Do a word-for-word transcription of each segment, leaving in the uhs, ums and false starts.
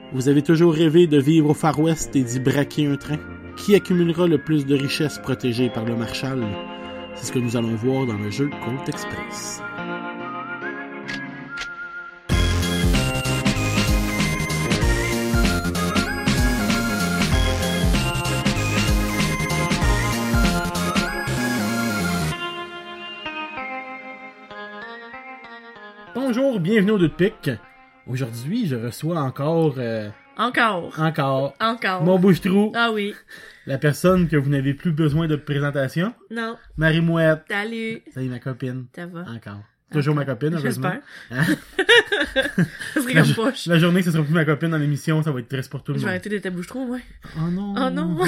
Vous avez toujours rêvé de vivre au Far West et d'y braquer un train? Qui accumulera le plus de richesses protégées par le Marshall? C'est ce que nous allons voir dans le jeu Colt Express. Bonjour, bienvenue au Deux de Pique. Aujourd'hui, je reçois encore... Euh, encore. Encore. Encore. Mon bouche-trou. Ah oui. La personne que vous n'avez plus besoin de présentation. Non. Marie-Mouette. Salut. Salut ma copine. Ça va? Encore. Toujours ma copine, heureusement. J'espère. Hein? Ça serait la, comme poche. La journée que ce sera plus ma copine dans l'émission, ça va être triste pour tout le Je vais monde. arrêter d'être ta bouche-trou, ouais. Oh non. Oh non.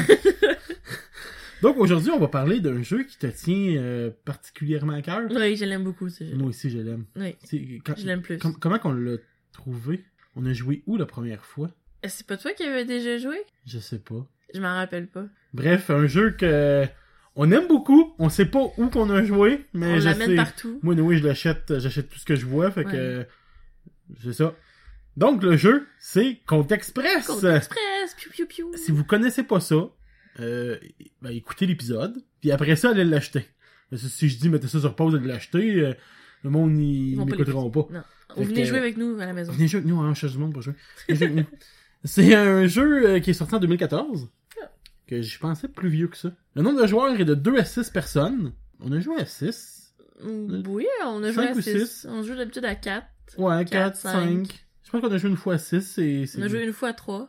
Donc aujourd'hui, on va parler d'un jeu qui te tient euh, particulièrement à cœur. Oui, je l'aime beaucoup, ce jeu. Moi aussi, je l'aime. Oui. C'est, quand, Je l'aime plus. com- comment qu'on l'a trouvé? On a joué où la première fois? C'est pas toi qui avais déjà joué? Je sais pas. Je m'en rappelle pas. Bref, un jeu que on aime beaucoup. On sait pas où qu'on a joué, mais On je l'amène sais. partout. Moi, oui, je l'achète, j'achète tout ce que je vois, fait Ouais. que c'est ça. Donc le jeu, c'est Colt Express. Colt Express, piou piou piou. Si vous connaissez pas ça, euh, ben, écoutez l'épisode, puis après ça, allez l'acheter. Parce que si je dis mettez ça sur pause et de l'acheter, euh, le monde ils Ils vont pas n'écouteront pas. Non. Fait Vous venez que- jouer avec nous à la maison. Venez jouer avec nous, hein, on cherche du monde pour jouer. Venez jouer avec nous. C'est un jeu euh, qui est sorti en deux mille quatorze, que je pensais plus vieux que ça. Le nombre de joueurs est de deux à six personnes. On a joué à six. Oui, on a joué Cinq à ou six. six. On joue d'habitude à quatre. Ouais, Quatre, quatre, cinq. cinq. Je pense qu'on a joué une fois à six. C'est, c'est... On a joué une fois à trois.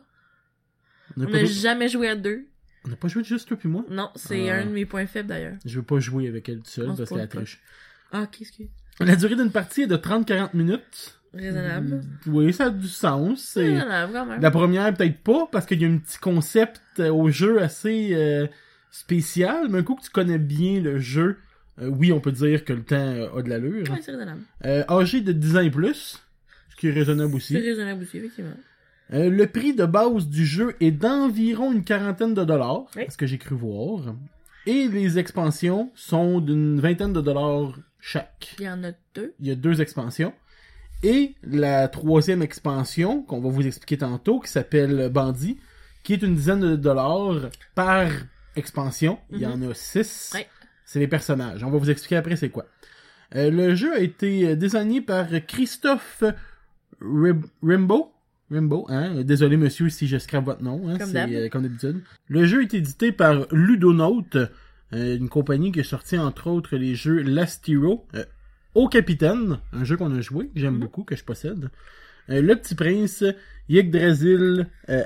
On On a pas n'a joué... jamais joué à deux. on a pas joué juste toi puis moi. Non, c'est Ah. un de mes points faibles d'ailleurs. Je veux pas jouer avec elle toute seule On se parce qu'elle pointe pas. triche. Ah, qu'est-ce que... La durée d'une partie est de trente à quarante minutes. Raisonnable. Oui, ça a du sens. C'est... Raisonnable, quand même. La première, peut-être pas, parce qu'il y a un petit concept euh, au jeu assez euh, spécial, mais un coup que tu connais bien le jeu, euh, oui, on peut dire que le temps euh, a de l'allure. Ouais, c'est raisonnable. Euh, âgé de dix ans et plus, ce qui est raisonnable aussi. C'est raisonnable aussi, effectivement. Euh, le prix de base du jeu est d'environ une quarantaine de dollars, Oui. ce que j'ai cru voir. Et les expansions sont d'une vingtaine de dollars chaque. Il y en a deux. Il y a deux expansions. Et la troisième expansion, qu'on va vous expliquer tantôt, qui s'appelle Bandit, qui est une dizaine de dollars par expansion. Il y en a six. Ouais. C'est les personnages. On va vous expliquer après c'est quoi. Euh, le jeu a été désigné par Christophe Rib- Rimbaud. Rimbaud, hein? Désolé monsieur si je scrape votre nom, hein? Comme C'est d'hab. euh, comme d'habitude. Le jeu est édité par Ludonaut, euh, une compagnie qui a sorti entre autres les jeux Last Hero, euh, Au Capitaine, un jeu qu'on a joué, que j'aime Mhm. beaucoup, que je possède. Euh, Le Petit Prince, Yggdrasil, euh,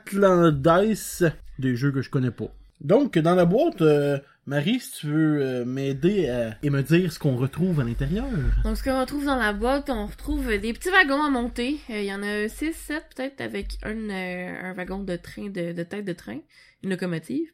Atlantis, des jeux que je connais pas. Donc, dans la boîte, euh, Marie, si tu veux euh, m'aider à... et me dire ce qu'on retrouve à l'intérieur. Donc, ce qu'on retrouve dans la boîte, on retrouve des petits wagons à monter. Euh, Il y en a six, sept peut-être, avec un, euh, un wagon de train, de, de tête de train, une locomotive.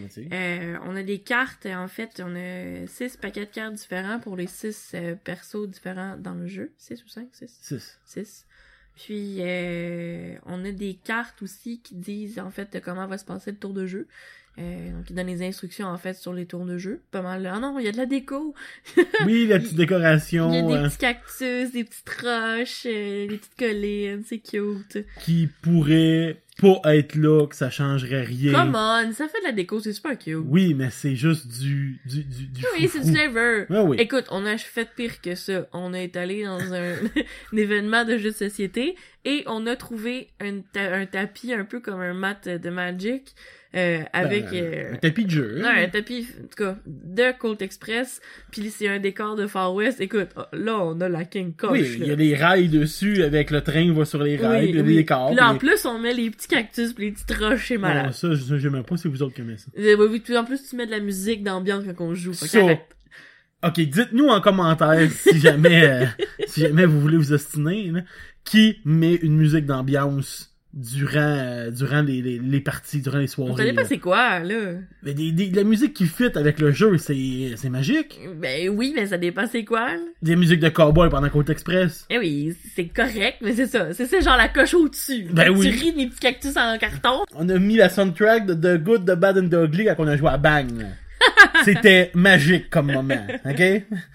Euh, on a des cartes, en fait, on a six paquets de cartes différents pour les six euh, persos différents dans le jeu. Six ou cinq? Six? six. Six. Puis, euh, on a des cartes aussi qui disent, en fait, comment va se passer le tour de jeu. Euh, donc, ils donnent les instructions, en fait, sur les tours de jeu. Pas mal. Ah non, il y a de la déco! Oui, la petite décoration Il y a des euh, petits cactus, des petites roches, euh, des petites collines, c'est cute. qui pourrait pas être là, que ça changerait rien. Come on, ça fait de la déco, c'est super cute. Oui, mais c'est juste du du du, du Oui, c'est foufou. du flavor. Ah oui. Écoute, on a fait pire que ça. On est allé dans un, un événement de jeux de société et on a trouvé un, ta- un tapis un peu comme un mat de Magic euh, avec... Ben, euh, un tapis de jeu. non, un tapis, en tout cas, de Colt Express, puis c'est un décor de Far West. Écoute, là, on a la King Coche, Oui, il là. y a des rails dessus avec le train va sur les rails, Oui, il y a des oui. décors. Puis là, en mais- plus, on met les petits cactus pis les petites roches, c'est Non, malade. ça, je j'aime pas, c'est vous autres qui aimez ça. Euh, oui, puis en plus, tu mets de la musique d'ambiance quand on joue. Fait Ça, qu'arrête. Ok, dites-nous en commentaire si jamais euh, si jamais vous voulez vous ostiner, là, qui met une musique d'ambiance durant euh, durant les, les, les parties, durant les soirées. On savait pas là. c'est quoi, là. Mais des, des, de la musique qui fit avec le jeu, c'est c'est magique. Ben oui, mais ça dépend c'est quoi, là. Des musiques de cowboy pendant Colt Express. Eh oui, c'est correct, mais c'est ça. C'est ça, genre la coche au-dessus. Ben oui. Tu ris de mes petits cactus en carton. On a mis la soundtrack de The Good, The Bad and The Ugly quand on a joué à Bang. C'était magique comme moment, ok?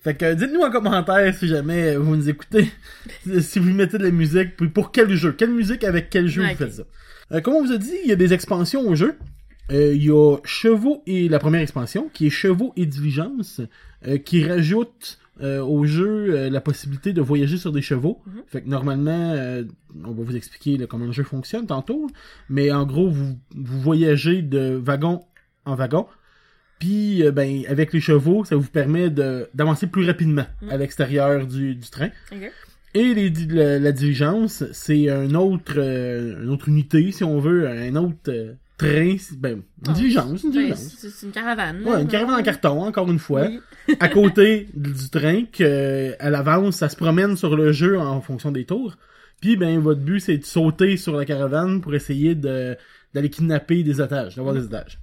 Fait que dites-nous en commentaire si jamais vous nous écoutez, si vous mettez de la musique, puis pour quel jeu, quelle musique avec quel jeu okay. vous faites ça. Euh, comme on vous a dit, il y a des expansions au jeu. Euh, il y a Chevaux et la première expansion, qui est Chevaux et Diligence, euh, qui rajoute euh, au jeu euh, la possibilité de voyager sur des chevaux. Mm-hmm. Fait que normalement, euh, on va vous expliquer là, comment le jeu fonctionne tantôt, mais en gros, vous, vous voyagez de wagon en wagon. Puis, euh, ben, avec les chevaux, ça vous permet de d'avancer plus rapidement mm. à l'extérieur du, du train. Okay. Et les, la, la diligence, c'est un autre, euh, une autre unité, si on veut, un autre euh, train, ben, une oh, diligence, une diligence. C'est, c'est une caravane. Ouais, une caravane en carton, encore une fois, oui. à côté du train, que à l'avance, ça se promène sur le jeu en fonction des tours. Puis, ben, votre but, c'est de sauter sur la caravane pour essayer de d'aller kidnapper des otages, d'avoir mm. des otages.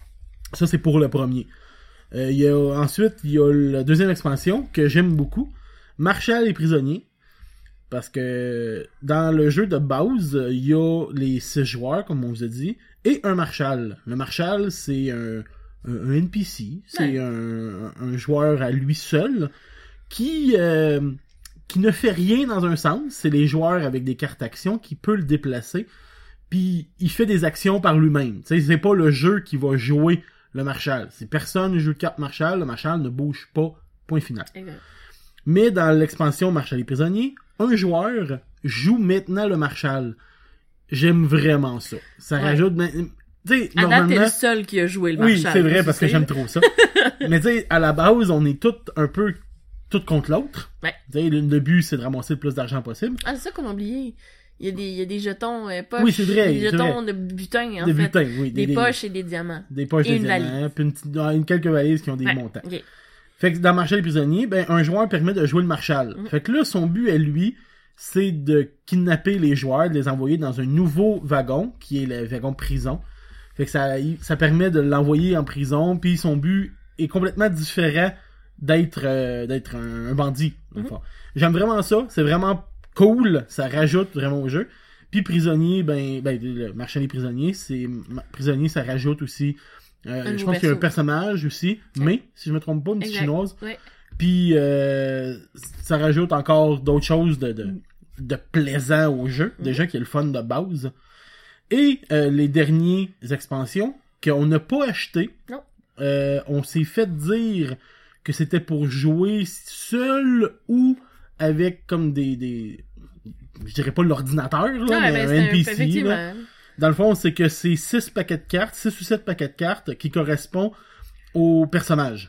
Ça, c'est pour le premier. Euh, y a, ensuite, il y a la deuxième expansion que j'aime beaucoup. Marshall et prisonnier. Parce que dans le jeu de base, il y a les six joueurs, comme on vous a dit, et un Marshall. Le Marshall, c'est un, un, un N P C. C'est ouais. un, un joueur à lui seul qui, euh, qui ne fait rien dans un sens. C'est les joueurs avec des cartes actions qui peuvent le déplacer. Puis il fait des actions par lui-même. T'sais, c'est pas le jeu qui va jouer le Marshall. Si personne joue de carte Marshall, le Marshall ne bouge pas. Point final. Exact. Mais dans l'expansion Marshall et prisonnier, un joueur joue maintenant le Marshall. J'aime vraiment ça. Ça ouais. rajoute... T'sais, à normalement... date, t'es le seul qui a joué le Marshall. Oui, c'est vrai, parce que j'aime trop ça. Mais tu sais, à la base, on est tous un peu tous contre l'autre. Ouais. T'sais, le, le but, c'est de ramasser le plus d'argent possible. Ah, c'est ça qu'on a oublié. Il y a des, il y a des jetons euh, poches. Oui, c'est vrai. Des jetons vrai. de butin, en des fait. Butin, oui, des, des poches des, et des diamants. Des poches et des diamants. Puis une, petite, une, quelques valises qui ont des ouais, montants. Okay. Fait que dans Marshall et prisonnier, ben, un joueur permet de jouer le Marshall. Mm-hmm. Fait que là, son but à lui, c'est de kidnapper les joueurs, de les envoyer dans un nouveau wagon, qui est le wagon prison. Fait que ça, ça permet de l'envoyer en prison, puis son but est complètement différent d'être, euh, d'être un, un bandit. Mm-hmm. J'aime vraiment ça. C'est vraiment cool. Ça rajoute vraiment au jeu. Puis prisonnier, ben, ben le Marshall et prisonnier, c'est prisonnier, ça rajoute aussi. Euh, je pense qu'il y a un personnage aussi, ouais. mais si je me trompe pas, une petite chinoise. Ouais. Puis euh, ça rajoute encore d'autres choses de, de, de plaisant au jeu, mm. déjà qui est le fun de base. Et euh, les dernières expansions qu'on n'a pas achetées, euh, on s'est fait dire que c'était pour jouer seul ou avec comme des, des je dirais pas l'ordinateur, là, ah, mais, mais un N P C. Un, là. Dans le fond, c'est que c'est six paquets de cartes, six ou sept paquets de cartes qui correspondent au personnage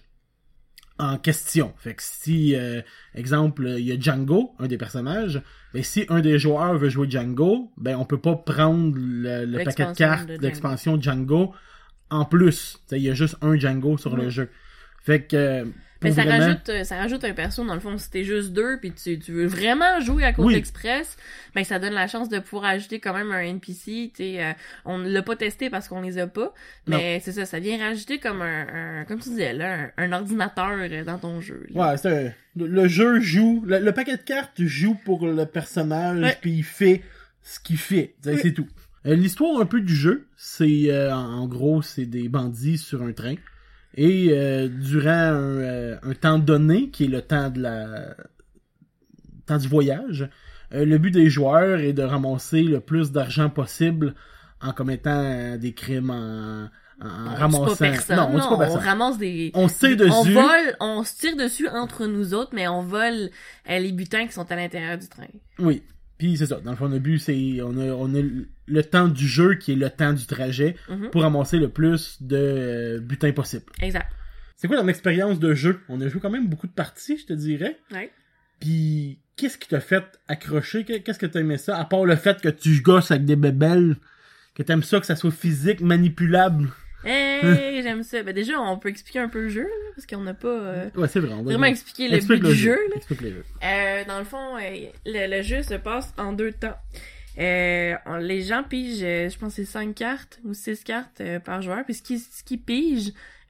en question. Fait que si, euh, exemple, il y a Django, un des personnages, ben si un des joueurs veut jouer Django, ben on peut pas prendre le, le paquet de cartes de d'expansion Django en plus. Il y a juste un Django sur mmh. le jeu. Fait que... Mais ça, vraiment... rajoute, ça rajoute un perso, dans le fond, si t'es juste deux, pis tu, tu veux vraiment jouer à Côte oui. Express, ben ça donne la chance de pouvoir ajouter quand même un N P C, t'sais, euh, on l'a pas testé parce qu'on les a pas, mais non. c'est ça, ça vient rajouter comme un, un comme tu disais, là, un, un ordinateur dans ton jeu. Là. Ouais, c'est un, le, le jeu joue, le, le paquet de cartes joue pour le personnage, ouais. pis il fait ce qu'il fait, oui. c'est tout. Euh, l'histoire un peu du jeu, c'est, euh, en gros, c'est des bandits sur un train. Et euh, durant un, euh, un temps donné, qui est le temps de la temps du voyage, euh, le but des joueurs est de ramasser le plus d'argent possible en commettant des crimes en, en on ramassant. Pas personne. Non, on, non, pas on ramasse des. On se tire dessus. On vole, on se tire dessus entre nous autres, mais on vole euh, les butins qui sont à l'intérieur du train. Oui. Puis c'est ça. Dans le fond, le but, c'est on a on a le temps du jeu qui est le temps du trajet mm-hmm. pour ramasser le plus de euh, butins possible. Exact. C'est quoi ton expérience de jeu? On a joué quand même beaucoup de parties, je te dirais. Ouais. Puis qu'est-ce qui t'a fait accrocher? Qu'est-ce que t'as aimé ça? À part le fait que tu gosses avec des bébelles, que t'aimes ça, que ça soit physique, manipulable. Hey, j'aime ça. Ben déjà, on peut expliquer un peu le jeu, là, parce qu'on n'a pas euh, ouais, c'est vrai, on va vraiment dire. expliqué le Explique but le du jeu. Là. Explique le jeu. Euh, dans le fond, euh, le, le jeu se passe en deux temps. Euh, on, les gens pigent, euh, je pense que c'est cinq cartes ou six cartes euh, par joueur. Puis ce qu'ils ce qui pigent,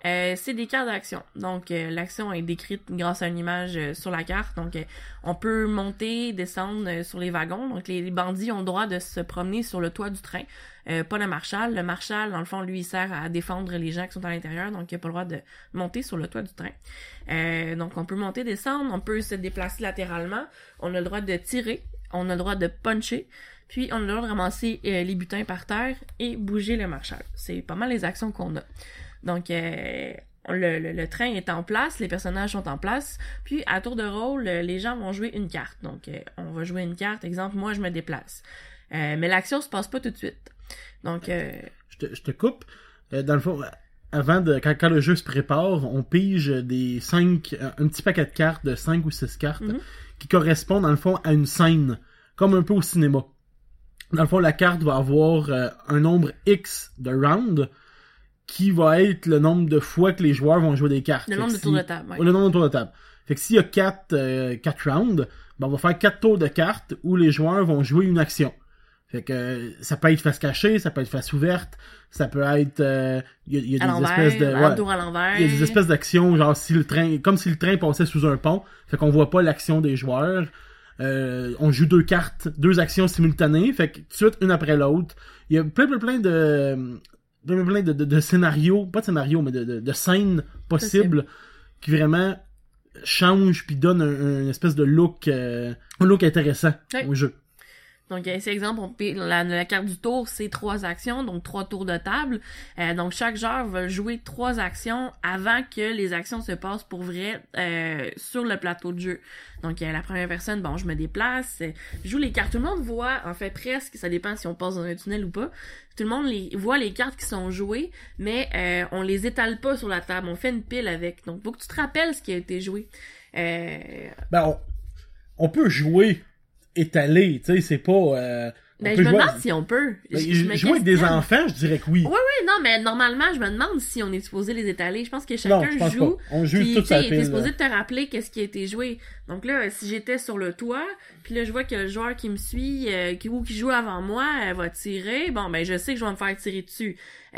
Euh, c'est des cartes d'action. Donc, euh, l'action est décrite grâce à une image euh, sur la carte. Donc, euh, on peut monter, descendre euh, sur les wagons. Donc, les, les bandits ont le droit de se promener sur le toit du train. Euh, pas le marshal. Le marshal, dans le fond, lui, il sert à défendre les gens qui sont à l'intérieur. Donc, il n'a pas le droit de monter sur le toit du train. Euh, donc, on peut monter, descendre. On peut se déplacer latéralement. On a le droit de tirer. On a le droit de puncher. Puis, on a le droit de ramasser euh, les butins par terre et bouger le marshal. C'est pas mal les actions qu'on a. Donc, euh, le, le, le train est en place, les personnages sont en place, puis à tour de rôle, les gens vont jouer une carte. Donc, euh, on va jouer une carte, exemple, moi, je me déplace. Euh, mais l'action se passe pas tout de suite. Donc, euh... je, te, je te coupe. Euh, dans le fond, avant de quand, quand le jeu se prépare, on pige des cinq, un petit paquet de cartes, de cinq ou six cartes, mm-hmm. qui correspondent, dans le fond, à une scène, comme un peu au cinéma. Dans le fond, la carte va avoir euh, un nombre X de rounds, qui va être le nombre de fois que les joueurs vont jouer des cartes. Le nombre de si... tours de table, ouais. Le nombre de tours de table. Fait que s'il y a quatre, euh, quatre rounds, ben on va faire quatre tours de cartes où les joueurs vont jouer une action. Fait que euh, ça peut être face cachée, ça peut être face ouverte, ça peut être... Il euh, y, y a des espèces de... Ouais, tour à l'envers. Il y a des espèces d'actions, genre si le train... Comme si le train passait sous un pont, fait qu'on voit pas l'action des joueurs. Euh, on joue deux cartes, deux actions simultanées, fait que tout de suite, une après l'autre. Il y a plein, plein, plein de... plein de, de, de scénarios, pas de scénarios, mais de, de, de scènes possibles qui vraiment changent puis donnent un, un espèce de look, euh, un look intéressant oui. au jeu. Donc, ici, exemple, on peut, la, la carte du tour, c'est trois actions, donc trois tours de table. Euh, donc, chaque joueur va jouer trois actions avant que les actions se passent pour vrai euh, sur le plateau de jeu. Donc, euh, la première personne, bon, je me déplace, euh, je joue les cartes. Tout le monde voit, en fait, presque, ça dépend si on passe dans un tunnel ou pas, tout le monde les, voit les cartes qui sont jouées, mais euh, on les étale pas sur la table, on fait une pile avec. Donc, faut que tu te rappelles ce qui a été joué. Euh... Ben, on, on peut jouer étalé, tu sais, c'est pas... Euh, ben, je me demande si on peut. Ben, je, je jouer avec des enfants, je dirais que oui. Oui, oui, non, mais normalement, je me demande si on est supposé les étaler. Je pense que chacun non, je pense joue. Pas. On joue puis, toute sa pile. T'es supposé de te rappeler qu'est-ce qui a été joué. Donc là, si j'étais sur le toit, puis là, je vois que le joueur qui me suit, euh, qui, ou qui joue avant moi, euh, va tirer, bon, ben, je sais que je vais me faire tirer dessus.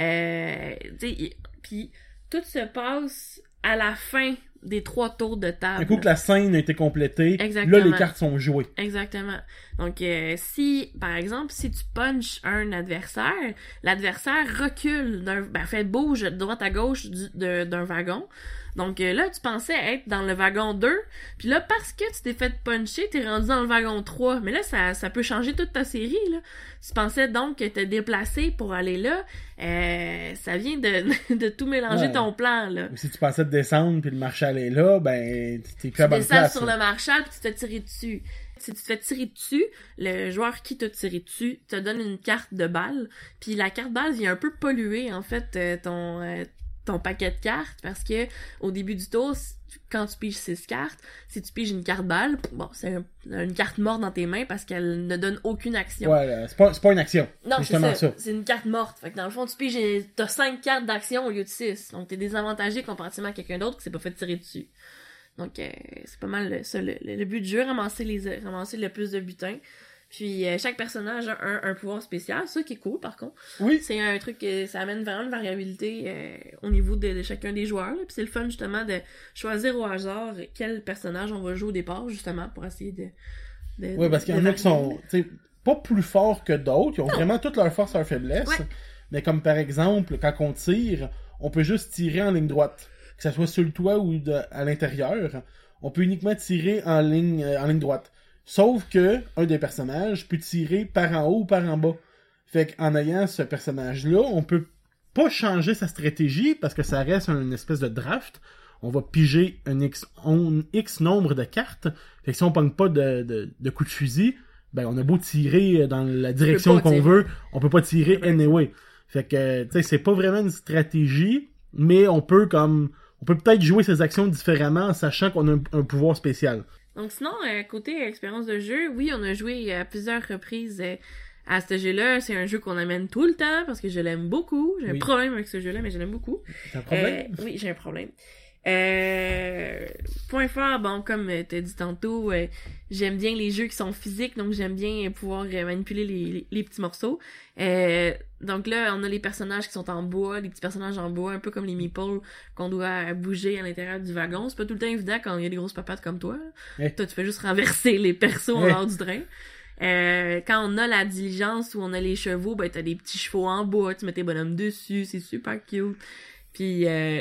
Euh, tu sais, puis tout se passe à la fin des trois tours de table. Un coup que la scène a été complétée, Exactement. là, les cartes sont jouées. Exactement. Donc, euh, si, par exemple, si tu punches un adversaire, l'adversaire recule, d'un, ben, fait bouge de droite à gauche du, de, d'un wagon. Donc euh, là, tu pensais être dans le wagon deux, puis là, parce que tu t'es fait puncher, t'es rendu dans le wagon trois. Mais là, ça, ça peut changer toute ta série, là. Tu pensais donc te déplacer pour aller là, euh, ça vient de, de tout mélanger ouais. ton plan, là. Ou si tu pensais te descendre, puis le marshal est là, ben, t'es plus à bonne place. Tu descends sur le marshal, puis tu te fais tirer dessus. Si tu te fais tirer dessus, le joueur qui t'a tiré dessus te donne une carte de balle, puis la carte balle vient un peu polluer, en fait, euh, ton... Euh, ton paquet de cartes, parce que au début du tour, quand tu piges six cartes, si tu piges une carte balle, bon, c'est un, une carte morte dans tes mains parce qu'elle ne donne aucune action. Ouais, c'est pas, c'est pas une action. Non, c'est ça. ça. C'est une carte morte. Fait que dans le fond, tu piges, t'as cinq cartes d'action au lieu de six. Donc, t'es désavantagé comparativement à quelqu'un d'autre qui s'est pas fait tirer dessus. Donc, euh, c'est pas mal ça, le, le, le but du jeu, ramasser les, ramasser le plus de butins. Puis euh, chaque personnage a un, un pouvoir spécial, ça qui est cool par contre. Oui. C'est un truc que ça amène vraiment une variabilité euh, au niveau de, de chacun des joueurs. Là. Puis c'est le fun justement de choisir au hasard quel personnage on va jouer au départ justement pour essayer de. de oui, parce qu'il y en a qui sont pas plus forts que d'autres, ils ont non. vraiment toutes leurs forces et leurs faiblesses. Ouais. Mais comme par exemple, quand on tire, on peut juste tirer en ligne droite. Que ça soit sur le toit ou de, à l'intérieur, on peut uniquement tirer en ligne, euh, en ligne droite. Sauf que un des personnages peut tirer par en haut ou par en bas. Fait qu'en ayant ce personnage-là, on peut pas changer sa stratégie parce que ça reste une espèce de draft. On va piger un X, un X nombre de cartes. Fait que si on pogne pas de, de, de coup de fusil, ben on a beau tirer dans la direction qu'on tirer. veut, on peut pas tirer anyway. Fait que, tu sais, c'est pas vraiment une stratégie, mais on peut comme, on peut peut-être jouer ses actions différemment en sachant qu'on a un, un pouvoir spécial. Donc sinon, euh, côté expérience de jeu, oui, on a joué à plusieurs reprises euh, à ce jeu-là. C'est un jeu qu'on amène tout le temps parce que je l'aime beaucoup. J'ai oui. un problème avec ce jeu-là, mais je l'aime beaucoup. T'as un problème? Euh, oui, j'ai un problème. Euh, point fort, bon, comme t'as dit tantôt, euh, j'aime bien les jeux qui sont physiques, donc j'aime bien pouvoir euh, manipuler les, les, les petits morceaux. Euh, donc là, on a les personnages qui sont en bois, les petits personnages en bois, un peu comme les meeples qu'on doit bouger à l'intérieur du wagon. C'est pas tout le temps évident quand il y a des grosses papates comme toi. Hey. Toi, tu fais juste renverser les persos Hey. en dehors du train. Euh, quand on a la diligence où on a les chevaux, ben t'as des petits chevaux en bois, tu mets tes bonhommes dessus, c'est super cute. Puis euh...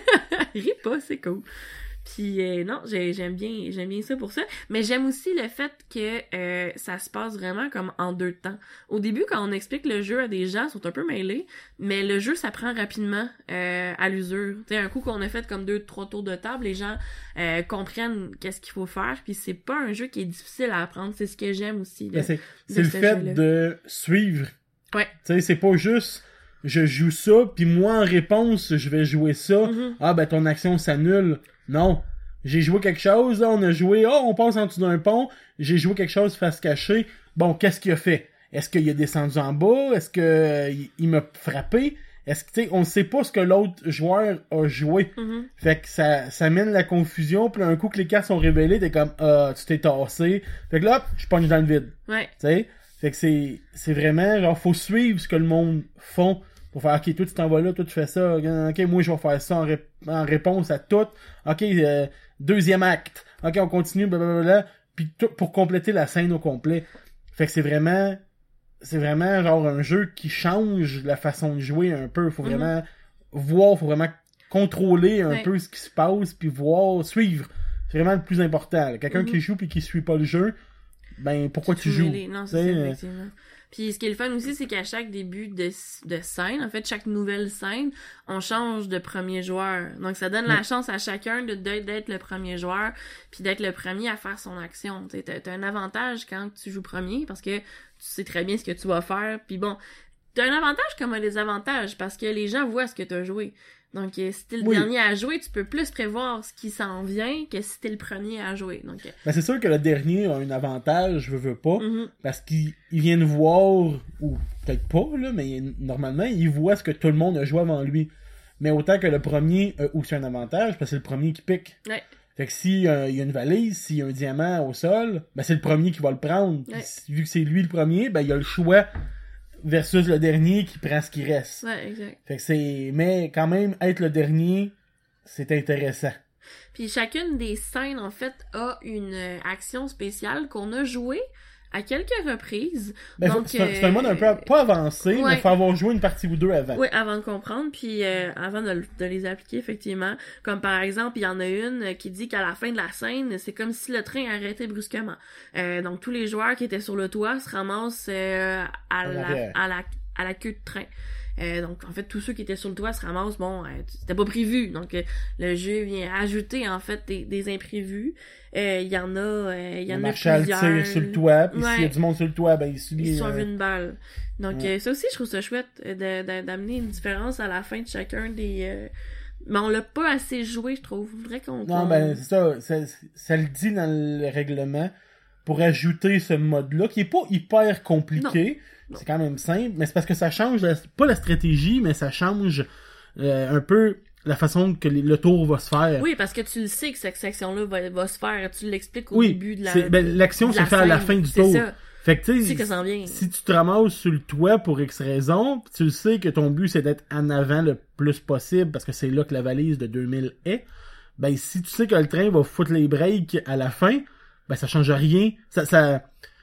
ris pas, c'est cool. Puis euh, non, j'ai, j'aime bien j'aime bien ça pour ça, mais j'aime aussi le fait que euh, ça se passe vraiment comme en deux temps. Au début, quand on explique le jeu à des gens, ils sont un peu mêlés, mais le jeu s'apprend rapidement euh, à l'usure. Tu sais, un coup qu'on a fait comme deux trois tours de table, les gens euh, comprennent qu'est-ce qu'il faut faire, puis c'est pas un jeu qui est difficile à apprendre, c'est ce que j'aime aussi. De, c'est de c'est le fait jeu-là. de suivre. Ouais. Tu sais, c'est pas juste je joue ça, puis moi en réponse, je vais jouer ça. Mm-hmm. Ah ben ton action s'annule. Non. J'ai joué quelque chose, là, on a joué, oh, on passe en dessous d'un pont, j'ai joué quelque chose face cachée. Bon, qu'est-ce qu'il a fait? Est-ce qu'il a descendu en bas? Est-ce que euh, il m'a frappé? Est-ce que, tu sais, on ne sait pas ce que l'autre joueur a joué. Mm-hmm. Fait que ça, ça mène la confusion, puis là, un coup que les cartes sont révélées, t'es comme, ah, tu t'es tassé. Fait que là, hop, je pogne dans le vide. Ouais. Tu sais? Fait que c'est, c'est vraiment, genre, faut suivre ce que le monde font. Pour faire, ok, toi tu t'en vas là, toi tu fais ça, ok, moi je vais faire ça en, ré- en réponse à tout, ok, euh, deuxième acte, ok, on continue, blablabla, puis tout pour compléter la scène au complet. Fait que c'est vraiment, c'est vraiment genre un jeu qui change la façon de jouer un peu, faut vraiment mm-hmm. voir, faut vraiment contrôler un ouais. peu ce qui se passe, puis voir, suivre, c'est vraiment le plus important. Là. Quelqu'un mm-hmm. qui joue puis qui suit pas le jeu, ben pourquoi tu, tu joues? Les... Non, c'est ça, effectivement. Puis ce qui est le fun aussi, c'est qu'à chaque début de, de scène, en fait, chaque nouvelle scène, on change de premier joueur. Donc ça donne oui. la chance à chacun de, de, d'être le premier joueur, puis d'être le premier à faire son action. T'sais, t'as, t'as un avantage quand tu joues premier, parce que tu sais très bien ce que tu vas faire. Puis bon, t'as un avantage comme un désavantage, parce que les gens voient ce que t'as joué. Donc, euh, si t'es le oui. dernier à jouer, tu peux plus prévoir ce qui s'en vient que si t'es le premier à jouer. Donc, euh... ben, c'est sûr que le dernier a un avantage, je veux pas, mm-hmm. parce qu'ils viennent voir, ou peut-être pas, là, mais normalement, ils voient ce que tout le monde a joué avant lui. Mais autant que le premier a aussi un avantage, parce que c'est le premier qui pique. Ouais. Fait que s'il euh, y a une valise, s'il y a un diamant au sol, ben c'est le premier qui va le prendre. Ouais. Puis, vu que c'est lui le premier, ben il a le choix versus le dernier qui prend ce qui reste. Ouais, exact. Fait que c'est... Mais quand même, être le dernier, c'est intéressant. Puis chacune des scènes, en fait, a une action spéciale qu'on a jouée à quelques reprises. Ben, Donc, c'est, un, c'est un mode un peu pas avancé, ouais. mais il faut avoir joué une partie ou deux avant. Oui, avant de comprendre, puis euh, avant de, de les appliquer, effectivement. Comme par exemple, il y en a une qui dit qu'à la fin de la scène, c'est comme si le train arrêtait brusquement. Euh, donc tous les joueurs qui étaient sur le toit se ramassent euh, à, la, à, la, à la queue de train. Euh, donc, en fait, tous ceux qui étaient sur le toit se ramassent, bon, euh, c'était pas prévu. Donc, euh, le jeu vient ajouter, en fait, des, des imprévus. Il euh, y en a, euh, il y en a plusieurs. Marshall tire sur le toit, puis ouais. s'il y a du monde sur le toit, ben, il subit... Il sauve euh... une balle. Donc, ouais. euh, ça aussi, je trouve ça chouette, de, de, d'amener une différence à la fin de chacun des... Euh... Mais on l'a pas assez joué, je trouve. Faudrait qu'on... Non, qu'on... ben, c'est ça, ça. Ça le dit dans le règlement, pour ajouter ce mode-là, qui est pas hyper compliqué. Non. Non. C'est quand même simple, mais c'est parce que ça change, la, pas la stratégie, mais ça change euh, un peu la façon que les, le tour va se faire. Oui, parce que tu le sais que cette section-là va, va se faire, tu l'expliques au oui, début de la c'est, ben, l'action se fait à la fin du c'est tour. Ça. Fait que tu sais, que ça en vient. Si tu te ramasses sur le toit pour X raison, pis tu le sais que ton but c'est d'être en avant le plus possible, parce que c'est là que la valise de deux mille est, ben si tu sais que le train va foutre les breaks à la fin, ben ça change rien. Ça... ça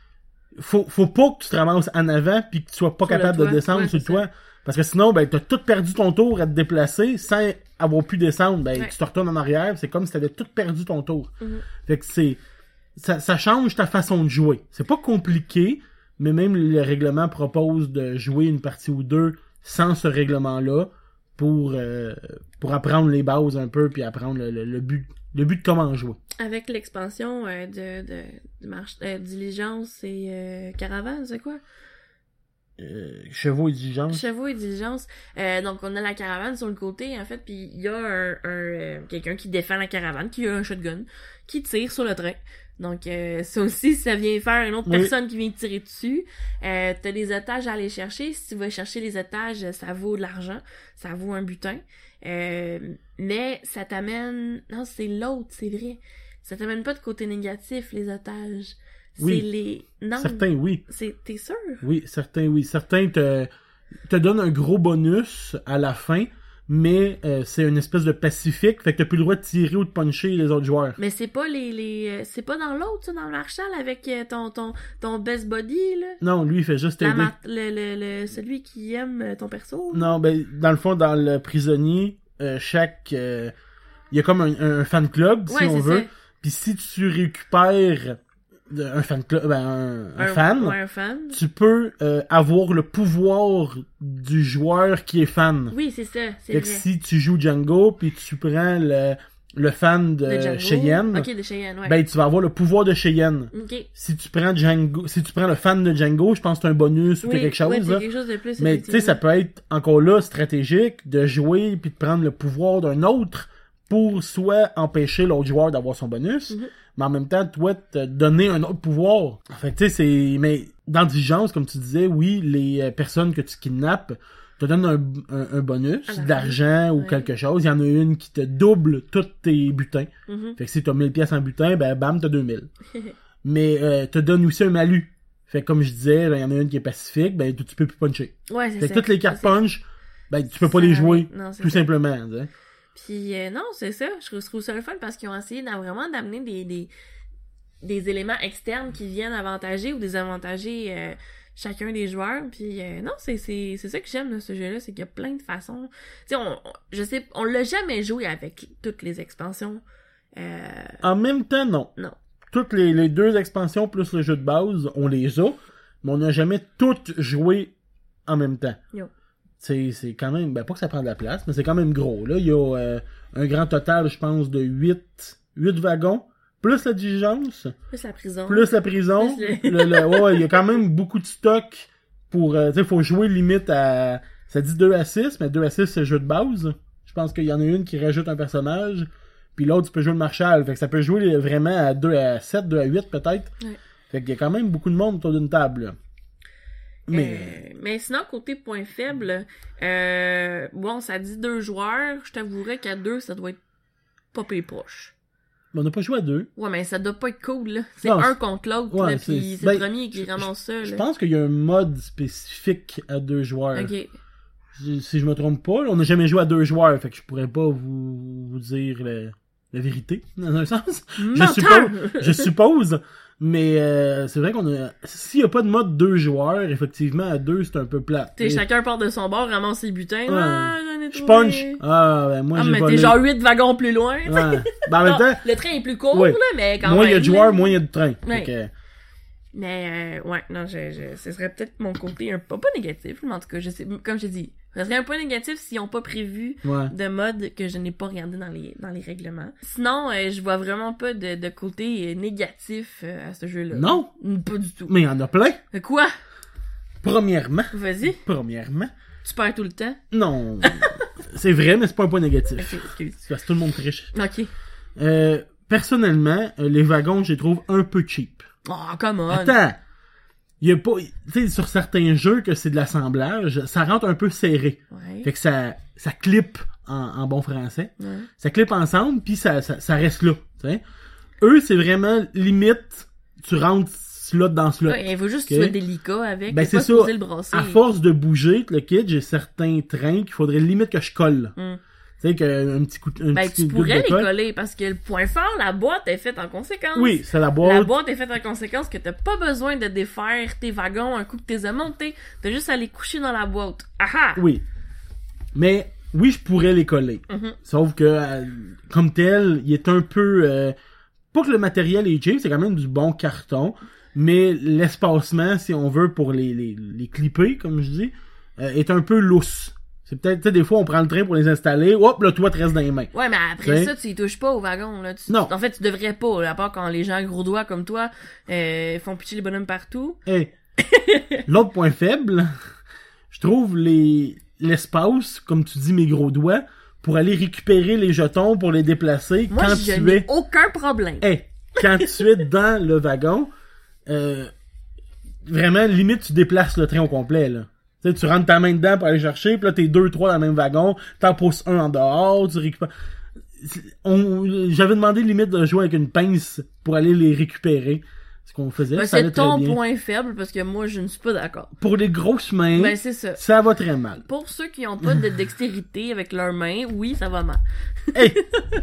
Faut, faut pas que tu te ramasses en avant pis que tu sois pas sur capable de descendre ouais, sur le toit. Parce que sinon, ben, t'as tout perdu ton tour à te déplacer sans avoir pu descendre. Ben, ouais. tu te retournes en arrière, c'est comme si t'avais tout perdu ton tour. Mm-hmm. Fait que c'est, ça, ça change ta façon de jouer. C'est pas compliqué, mais même le règlement propose de jouer une partie ou deux sans ce règlement-là pour, euh, pour apprendre les bases un peu puis apprendre le, le, le but. Le but de comment jouer. Avec l'expansion euh, de, de, de marche, euh, diligence et euh, caravane, c'est quoi? Euh, chevaux et diligence. Chevaux et diligence. Euh, donc, on a la caravane sur le côté, en fait, puis il y a un, un euh, quelqu'un qui défend la caravane, qui a un shotgun, qui tire sur le train. Donc, euh, ça aussi, ça vient faire une autre oui. personne qui vient tirer dessus. Euh, t'as des otages à aller chercher. Si tu vas chercher les otages, ça vaut de l'argent. Ça vaut un butin. Euh, mais ça t'amène... Non, c'est l'autre, c'est vrai. Ça t'amène pas de côté négatif, les otages. Oui. C'est les... Non. Certains, oui. C'est... T'es sûr? Oui, certains, oui. Certains te, te donnent un gros bonus à la fin, mais euh, c'est une espèce de pacifique, fait que t'as plus le droit de tirer ou de puncher les autres joueurs. Mais c'est pas les... les c'est pas dans l'autre, ça, dans le Marshall, avec ton, ton, ton best buddy, là? Non, lui, il fait juste aider. Ma... Le, le, le, celui qui aime ton perso? Non, ben, dans le fond, dans le prisonnier, euh, chaque... Il euh, y a comme un, un fan club, si ouais, on veut. Ça. Puis si tu récupères... un fan club, ben un, un, un fan, ouais, un fan, tu peux euh, avoir le pouvoir du joueur qui est fan. Oui, c'est ça, c'est fait vrai. Que si tu joues Django puis tu prends le, le fan de, de Cheyenne, okay, de Cheyenne ouais. ben tu vas avoir le pouvoir de Cheyenne. Okay. Si tu prends Django, si tu prends le fan de Django, je pense que c'est un bonus oui, ou quelque chose ouais, là. quelque chose de plus. Mais tu sais, ça peut être encore là stratégique de jouer puis de prendre le pouvoir d'un autre pour soit empêcher l'autre joueur d'avoir son bonus. Mm-hmm. Mais en même temps, toi, te donner un autre pouvoir. Fait que tu sais, c'est... Mais dans Diligence, comme tu disais, oui, les personnes que tu kidnappes te donnent un, un, un bonus, de l'argent ou ouais. quelque chose. Il y en a une qui te double tous tes butins. Mm-hmm. Fait que si t'as mille pièces en butin, ben bam, t'as deux mille. Mais euh, te donne aussi un malus. Fait que comme je disais, il y en a une qui est pacifique, ben tu peux plus puncher. Ouais, c'est fait ça. que toutes les cartes punch, ben tu peux pas ça, les jouer, non, tout ça. simplement. T'sais. Puis euh, non, c'est ça. Je trouve ça le fun parce qu'ils ont essayé d'a- vraiment d'amener des, des des éléments externes qui viennent avantager ou désavantager euh, chacun des joueurs. Puis euh, non, c'est c'est c'est ça que j'aime de ce jeu-là, c'est qu'il y a plein de façons. Tu sais, on, on je sais, on l'a jamais joué avec toutes les expansions. Euh... En même temps, non. Non. Toutes les, les deux expansions plus le jeu de base, on les a, mais on n'a jamais toutes joué en même temps. Yo. C'est, c'est quand même, ben pas que ça prend de la place, mais c'est quand même gros. Là, il y a euh, un grand total, je pense, de huit wagons, plus la diligence. Plus la prison. Plus la prison. Plus le... le, le, ouais, il y a quand même beaucoup de stock pour, euh, tu sais, faut jouer limite à, ça dit deux à six, mais deux à six c'est le jeu de base. Je pense qu'il y en a une qui rajoute un personnage, puis l'autre tu peux jouer le Marshall. Fait que ça peut jouer vraiment à deux à sept, deux à huit peut-être. Ouais. Fait qu'il y a quand même beaucoup de monde autour d'une table, là. Mais... Euh, mais sinon, côté point faible, euh, bon, ça dit deux joueurs. Je t'avouerais qu'à deux, ça doit être pas pire proche. Mais on n'a pas joué à deux. Ouais, mais ça doit pas être cool, là. C'est non, un c'est... contre l'autre, ouais, là, c'est... pis c'est ben, le premier qui ramasse ça, là. Je pense qu'il y a un mode spécifique à deux joueurs. Ok. Si je me trompe pas, on n'a jamais joué à deux joueurs, fait que je pourrais pas vous, vous dire la, la vérité, dans un sens. Je suppose, je suppose. Mais euh, c'est vrai qu'on a... S'il y a pas de mode deux joueurs, effectivement, à deux, c'est un peu plate. T'sais, chacun part de son bord, ramasse ses butins. Ouais. Ah, j'en ai je punch. Ah, ben moi, ah, j'ai mais volé. t'es genre huit wagons plus loin. Ouais. Ben, en même temps... Le train est plus court, ouais. là, mais quand moins même... Moins il y a de joueurs, moins il y a de trains. Ouais. Que... Mais, euh, ouais, non, je, je, ce serait peut-être mon côté un pas, pas négatif, mais en tout cas, je sais, comme j'ai dit, ce serait un point négatif s'ils n'ont pas prévu ouais. de mode que je n'ai pas regardé dans les, dans les règlements. Sinon, euh, je vois vraiment pas de, de côté négatif euh, à ce jeu-là. Non? Pas du tout. Mais il y en a plein. Quoi? Premièrement. Vas-y. Premièrement. Tu perds tout le temps? Non. C'est vrai, mais c'est pas un point négatif. Ok, excuse. C'est parce que tout le monde triche. Ok. Euh, personnellement, les wagons, je les trouve un peu cheap. Oh, come on. Attends. Il y a pas, tu sais, sur certains jeux que c'est de l'assemblage, ça rentre un peu serré. Ouais. Fait que ça, ça clip en, en bon français. Ouais. Ça clip ensemble, puis ça, ça, ça reste là, tu sais. Eux, c'est vraiment limite, tu rentres slot dans slot. Ouais, il faut juste okay? que tu sois délicat avec. Ben, c'est ça. À force de bouger, le kit, j'ai certains trains qu'il faudrait limite que je colle. Mm. Tu sais, qu'un petit coup un ben, petit tu pourrais les coller parce que le point fort, la boîte est faite en conséquence. Oui, c'est la boîte. La boîte est faite en conséquence que t'as pas besoin de défaire tes wagons un coup que t'es montés. T'as juste à les coucher dans la boîte. Aha! Oui. Mais, oui, je pourrais les coller. Mm-hmm. Sauf que, euh, comme tel, il est un peu... Euh, pas que le matériel est cheap, c'est quand même du bon carton. Mais l'espacement, si on veut, pour les, les, les clipper, comme je dis, euh, est un peu lousse. C'est peut-être, tu sais, des fois, on prend le train pour les installer, hop, le toit te reste dans les mains. Ouais, mais après t'sais? ça, tu y touches pas au wagon, là. Tu, non. En fait, tu devrais pas, là, à part quand les gens gros doigts comme toi, euh, font pitcher les bonhommes partout. Hey. L'autre point faible, trouves les l'espace, comme tu dis, mes gros doigts, pour aller récupérer les jetons, pour les déplacer. Moi, quand je tu n'ai es... aucun problème. Hey, quand tu es dans le wagon, euh, vraiment, limite, tu déplaces le train au complet, là. Tu sais, tu rentres ta main dedans pour aller chercher, pis là, t'es deux, trois dans le même wagon, t'en pousses un en dehors, tu récupères... On... J'avais demandé limite de jouer avec une pince pour aller les récupérer. Ce qu'on faisait, ben, ça allait c'est ton très bien. point faible, parce que moi, je ne suis pas d'accord. Pour les grosses mains, ben, c'est ça. ça va très mal. Pour ceux qui n'ont pas de dextérité avec leurs mains, oui, ça va mal. Hey!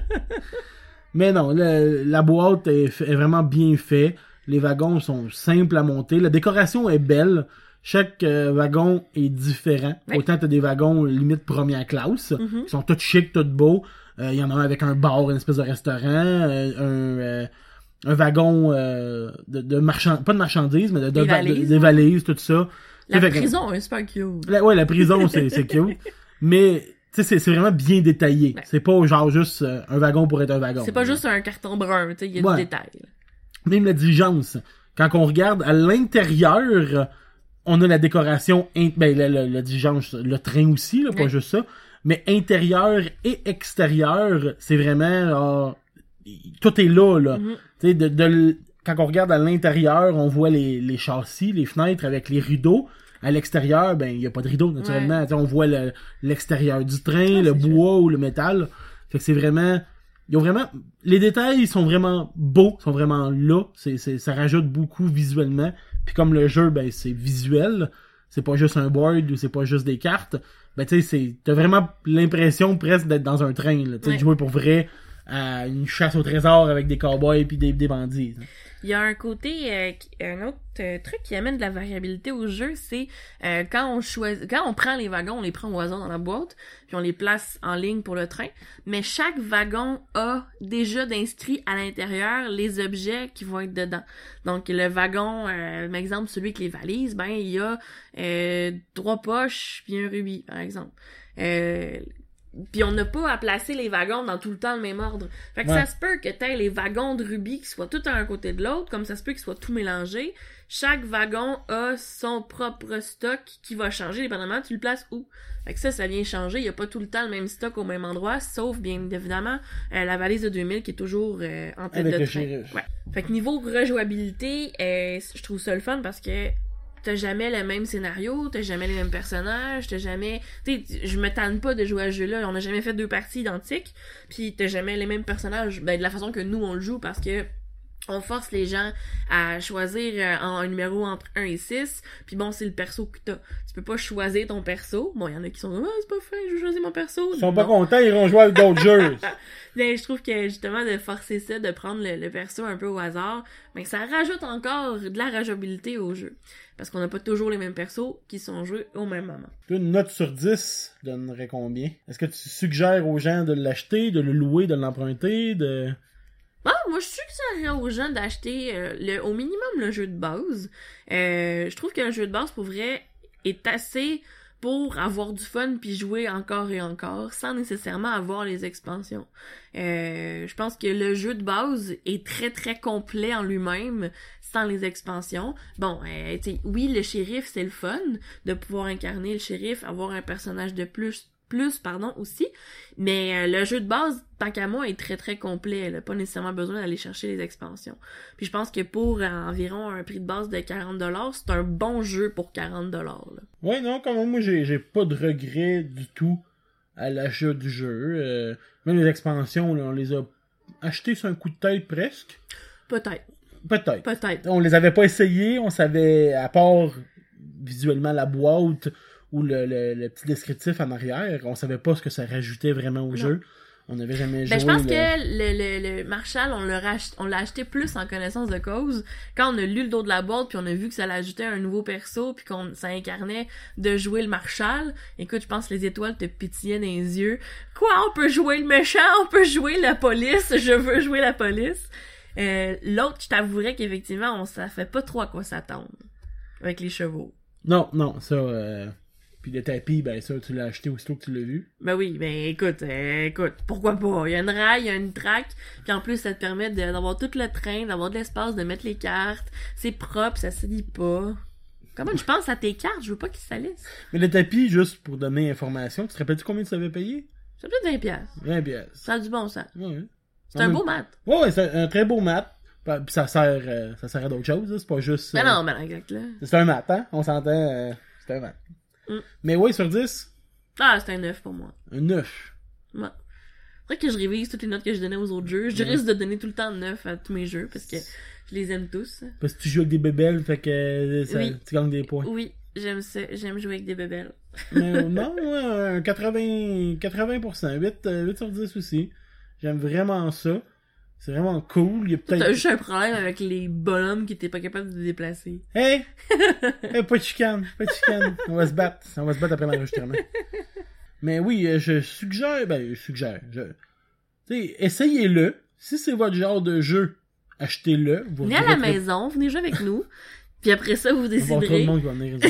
Mais non, le, la boîte est, est vraiment bien faite. Les wagons sont simples à monter. La décoration est belle. Chaque euh, wagon est différent. Ouais. Autant t'as des wagons limite première classe, Mm-hmm. qui sont tous chics, tous beaux. Il euh, y en a un avec un bar, une espèce de restaurant, euh, un, euh, un wagon euh, de, de marchand, pas de marchandises, mais de, de, Des de, valises, de, des valises, tout ça. La Fait que- prison est super cute. La, ouais, la prison, c'est, c'est cute. Mais, tu sais, c'est, c'est vraiment bien détaillé. Ouais. C'est pas genre juste euh, un wagon pour être un wagon. C'est pas juste un carton brun, tu sais, il y a Ouais. du détail. Même la diligence. Quand on regarde à l'intérieur, on a la décoration, in- ben, la, la, la diligence, le train aussi, là, pas Ouais. juste ça. Mais intérieur et extérieur, c'est vraiment, euh, tout est là, là. Mhm. Tu sais, de, de l- quand on regarde à l'intérieur, on voit les, les châssis, les fenêtres avec les rideaux. À l'extérieur, ben, il y a pas de rideau, naturellement. Ouais. Tu sais, on voit le, l'extérieur du train, Ah, le c'est bois ou le métal. Fait que c'est vraiment, ils ont vraiment, les détails sont vraiment beaux, sont vraiment là. C'est, c'est, ça rajoute beaucoup visuellement. Puis comme le jeu, ben, c'est visuel. C'est pas juste un board ou c'est pas juste des cartes. Ben, tu sais, c'est, t'as vraiment l'impression presque d'être dans un train, là. Tu sais, Ouais. de jouer pour vrai à une chasse au trésor avec des cowboys puis des, des bandits. Hein. Il y a un côté, euh, qui- un autre euh, truc qui amène de la variabilité au jeu, c'est euh, quand on choisit, quand on prend les wagons, on les prend au hasard dans la boîte, puis on les place en ligne pour le train. Mais chaque wagon a déjà d'inscrits à l'intérieur les objets qui vont être dedans. Donc le wagon, euh, par exemple celui avec les valises, ben il y a euh, trois poches puis un rubis, par exemple. Euh, Puis on n'a pas à placer les wagons dans tout le temps le même ordre. Fait que Ouais. ça se peut que t'aies les wagons de rubis qui soient tout à un côté de l'autre, comme ça se peut qu'ils soient tout mélangés. Chaque wagon a son propre stock qui va changer, dépendamment tu le places où. Fait que ça, ça vient changer. Il n'y a pas tout le temps le même stock au même endroit, sauf bien évidemment euh, la valise de deux mille qui est toujours euh, en tête Avec de le train. shérif. Ouais. Fait que niveau rejouabilité, euh, je trouve ça le fun parce que t'as jamais le même scénario, t'as jamais les mêmes personnages, t'as jamais... Tu sais, je me tanne pas de jouer à ce jeu-là, on a jamais fait deux parties identiques, puis t'as jamais les mêmes personnages, ben de la façon que nous on le joue, parce que on force les gens à choisir euh, en un numéro entre un et six, puis bon, c'est le perso que t'as. Tu peux pas choisir ton perso. Bon, il y en a qui sont « Ah, c'est pas fin, je veux choisir mon perso. » Ils sont pas Non. contents, ils iront jouer avec d'autres jeux. Mais je trouve que justement de forcer ça, de prendre le, le perso un peu au hasard, ben ça rajoute encore de la rejouabilité au jeu. Parce qu'on n'a pas toujours les mêmes persos qui sont joués au même moment. Une note sur dix donnerait combien? Est-ce que tu suggères aux gens de l'acheter, de le louer, de l'emprunter, de... Ah, moi je suggérerais aux gens d'acheter euh, le, au minimum le jeu de base. Euh, je trouve que le jeu de base pour vrai est assez pour avoir du fun puis jouer encore et encore sans nécessairement avoir les expansions. Euh, je pense que le jeu de base est très très complet en lui-même sans les expansions. Bon, euh, tu sais, oui, le shérif c'est le fun de pouvoir incarner le shérif, avoir un personnage de plus plus pardon aussi, mais euh, le jeu de base tant qu'à moi est très très complet, elle a pas nécessairement besoin d'aller chercher les expansions. Puis je pense que pour euh, environ un prix de base de quarante dollars, c'est un bon jeu pour quarante dollars. Ouais, non, comme moi, j'ai, j'ai pas de regrets du tout à l'achat du jeu. Euh, même les expansions, là, on les a achetées sur un coup de tête presque. Peut-être, Peut-être. peut-être. On les avait pas essayés, on savait, à part visuellement la boîte ou le, le, le petit descriptif en arrière, on savait pas ce que ça rajoutait vraiment au Non. jeu. On n'avait jamais joué. Ben, je pense le... que le, le, le Marshall, on l'a, rach- on l'a acheté plus en connaissance de cause. Quand on a lu le dos de la boîte, puis on a vu que ça l'ajoutait un nouveau perso, puis qu'on ça incarnait de jouer le Marshall. Écoute, je pense que les étoiles te pétillaient dans les yeux. Quoi, on peut jouer le méchant, on peut jouer la police, je veux jouer la police. Euh, l'autre, je t'avouerais qu'effectivement, on ça fait pas trop à quoi s'attendre. Avec les chevaux. Non, non, ça... Euh... Puis le tapis, ben ça, tu l'as acheté aussitôt que tu l'as vu. Ben oui, ben écoute, euh, écoute, pourquoi pas? Il y a une rail, il y a une track, puis en plus ça te permet de, d'avoir tout le train, d'avoir de l'espace, de mettre les cartes, c'est propre, ça se lit pas. Comment je pense à tes cartes, je veux pas qu'ils salissent. Mais le tapis, juste pour donner information, tu te rappelles-tu combien tu avais payé? C'est peut-être vingt piastres. vingt piastres. Ça a du bon sens. Ouais. C'est un beau mat. Ouais, ouais, c'est un très beau mat. Puis ça sert, euh, ça sert à d'autres choses, là. C'est pas juste... Mais euh, non, mais non, exact, là. C'est un mat, hein? On s'entend, euh, c'est un mat. Mm. Mais ouais, sur dix? Ah, c'est un neuf pour moi. Un neuf. Ouais. Faudrait que je révise toutes les notes que je donnais aux autres jeux. Je risque de donner tout le temps neuf à tous mes jeux, parce que je les aime tous. Parce que tu joues avec des bébelles, fait que euh, ça, Oui. tu gagnes des points. Oui, j'aime ça. J'aime jouer avec des bébelles. Mais non, ouais, un quatre-vingts, quatre-vingts pour cent. huit, euh, huit sur dix aussi. J'aime vraiment ça. C'est vraiment cool. Il y a peut-être... T'as juste un problème avec les bonhommes qui étaient pas capables de se déplacer. Hey! Hey, pas de chicane, pas de chicane. On va se battre. On va se battre après l'enregistrement. Mais oui, euh, je suggère... Ben, je suggère. Je... Tu sais, essayez-le. Si c'est votre genre de jeu, achetez-le. Vous venez à la regretterez... maison, venez jouer avec nous. Puis après ça, vous Il va y avoir trop de déciderez. monde qui va venir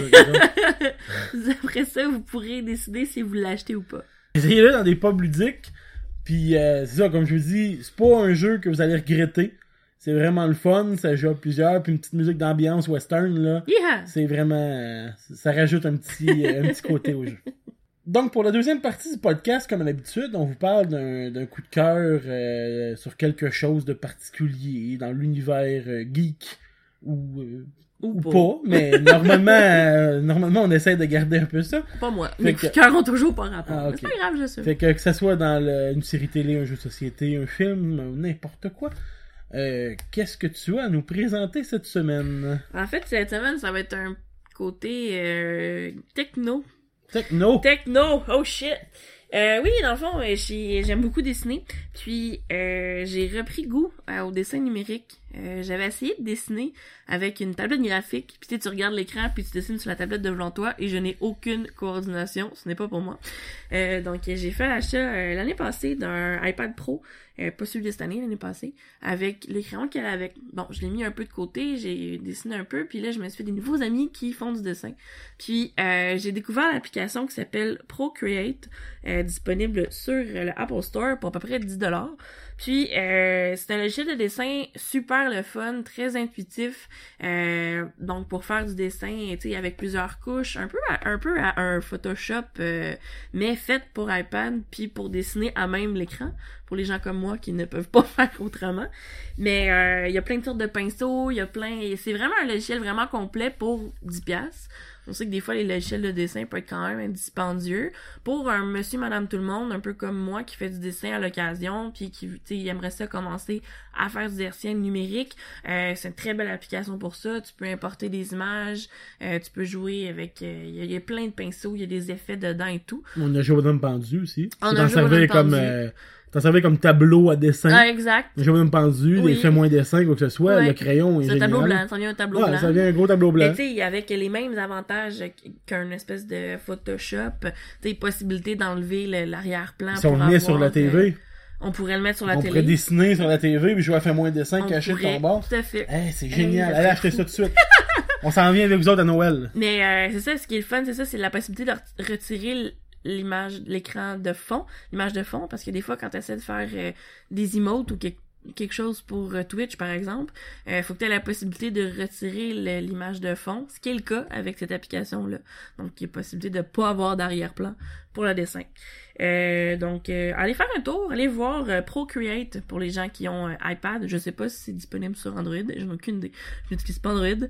dire. Après ça, vous pourrez décider si vous l'achetez ou pas. Essayez-le dans des pubs ludiques. Puis euh, c'est ça, comme je vous dis, c'est pas un jeu que vous allez regretter. C'est vraiment le fun, ça joue à plusieurs, puis une petite musique d'ambiance western, là. Yeah! C'est vraiment... euh, ça rajoute un petit, un petit côté au jeu. Donc, pour la deuxième partie du podcast, comme à l'habitude, on vous parle d'un, d'un coup de cœur euh, sur quelque chose de particulier dans l'univers euh, geek ou... Euh, Ou, ou pas. pas, mais normalement, euh, normalement, on essaie de garder un peu ça. Pas moi. Fait Mes que- coups de cœur ont toujours pas rapport. Ah, ok. C'est pas grave, je sais. Fait que que ça soit dans le- une série télé, un jeu de société, un film, euh, n'importe quoi, euh, qu'est-ce que tu as à nous présenter cette semaine? En fait, cette semaine, ça va être un côté euh, techno. Techno! Techno! Oh shit! Euh, oui, dans le fond, euh, j'ai- j'aime beaucoup dessiner. Puis, euh, j'ai repris goût euh, au dessin numérique. Euh, j'avais essayé de dessiner avec une tablette graphique. Puis, tu sais, tu regardes l'écran, puis tu dessines sur la tablette devant toi. Et je n'ai aucune coordination. Ce n'est pas pour moi. Euh, donc, j'ai fait l'achat euh, l'année passée d'un iPad Pro. Euh, pas celui de cette année, l'année passée. Avec l'écran qu'elle avait. Avec. Bon, je l'ai mis un peu de côté. J'ai dessiné un peu. Puis là, je me suis fait des nouveaux amis qui font du dessin. Puis, euh, j'ai découvert l'application qui s'appelle Procreate. Euh, disponible sur le Apple Store pour à peu près dix dollars. Puis, euh, c'est un logiciel de dessin super le fun, très intuitif. Euh, donc, pour faire du dessin, tu sais, avec plusieurs couches, un peu à, un peu à un Photoshop, euh, mais fait pour iPad, puis pour dessiner à même l'écran, pour les gens comme moi qui ne peuvent pas faire autrement. Mais euh, il y a plein de sortes de pinceaux, il y a plein... C'est vraiment un logiciel vraiment complet pour dix piastres. On sait que des fois, les logiciels de dessin peuvent être quand même dispendieux. Pour un monsieur, madame, tout le monde, un peu comme moi, qui fait du dessin à l'occasion, puis qui, tu sais, aimerait ça commencer à faire du dessin numérique, euh, c'est une très belle application pour ça. Tu peux importer des images, euh, tu peux jouer avec... Il euh, y, y a plein de pinceaux, il y a des effets dedans et tout. On a joué au bonhomme pendu aussi. On T'en a joué au servais bonhomme comme, pendu. euh, t'en servais comme tableau à dessin. Ah, exact. On a joué au bonhomme pendu, Oui. des faits moins dessin, quoi que ce soit. Ouais. Le crayon est C'est un génial. tableau blanc, ça vient un tableau Ouais, blanc. ça vient un gros tableau blanc. Mais tu sais, avec les mêmes avantages qu'un espèce de Photoshop, tu sais, possibilité d'enlever le- l'arrière-plan. Si on pour le met avoir, sur la T V, euh, on pourrait le mettre sur la on télé. pourrait dessiner sur la T V puis jouer à fait moins dessin On caché de pourrait, ton bord. tout à fait. Hey, c'est Hey, génial. ça Allez serait acheter fou. ça tout de suite. On s'en vient avec vous autres à Noël. Mais euh, c'est ça, ce qui est le fun, c'est ça, c'est la possibilité de re- retirer l- l'image, l'écran de fond, l'image de fond, parce que des fois, quand tu essaies de faire euh, des emotes ou que- quelque chose pour euh, Twitch, par exemple, il euh, faut que tu aies la possibilité de retirer le- l'image de fond, ce qui est le cas avec cette application-là. Donc, il y a possibilité de pas avoir d'arrière-plan pour le dessin. Euh, donc, euh, allez faire un tour, allez voir euh, Procreate pour les gens qui ont euh, iPad. Je sais pas si c'est disponible sur Android, j'en ai aucune idée. Je n'utilise pas Android.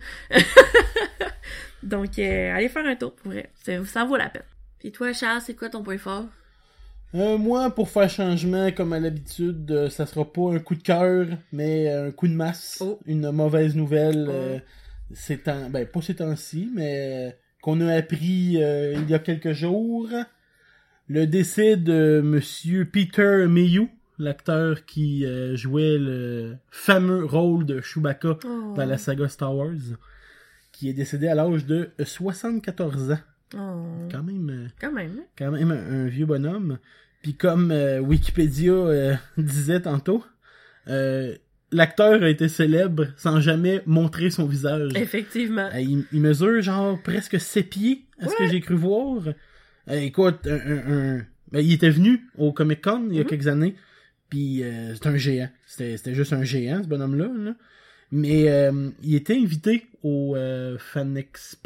Donc, euh, allez faire un tour, pour vrai. Ça, ça vaut la peine. Puis toi, Charles, c'est quoi ton point fort? Euh, moi, pour faire changement, comme à l'habitude, euh, ça sera pas un coup de cœur, mais un coup de masse. Oh. Une mauvaise nouvelle. Oh. Euh, ces temps, ben pas ces temps-ci, mais euh, qu'on a appris euh, il y a quelques jours. Le décès de Monsieur Peter Mayhew, l'acteur qui euh, jouait le fameux rôle de Chewbacca Oh. dans la saga Star Wars, qui est décédé à l'âge de soixante-quatorze ans. Oh. Quand même, euh, Quand même, hein? quand même un, un vieux bonhomme. Puis comme euh, Wikipédia euh, disait tantôt, euh, l'acteur a été célèbre sans jamais montrer son visage. Effectivement. Euh, il, il mesure genre presque sept pieds, à ce Ouais. que j'ai cru voir. Euh, écoute, un, un, un- ben, il était venu au Comic Con il y a Mhm. quelques années, puis euh, c'est un géant. C'était, c'était juste un géant, ce bonhomme-là. Là. Mais euh, il était invité au euh, Fan Expo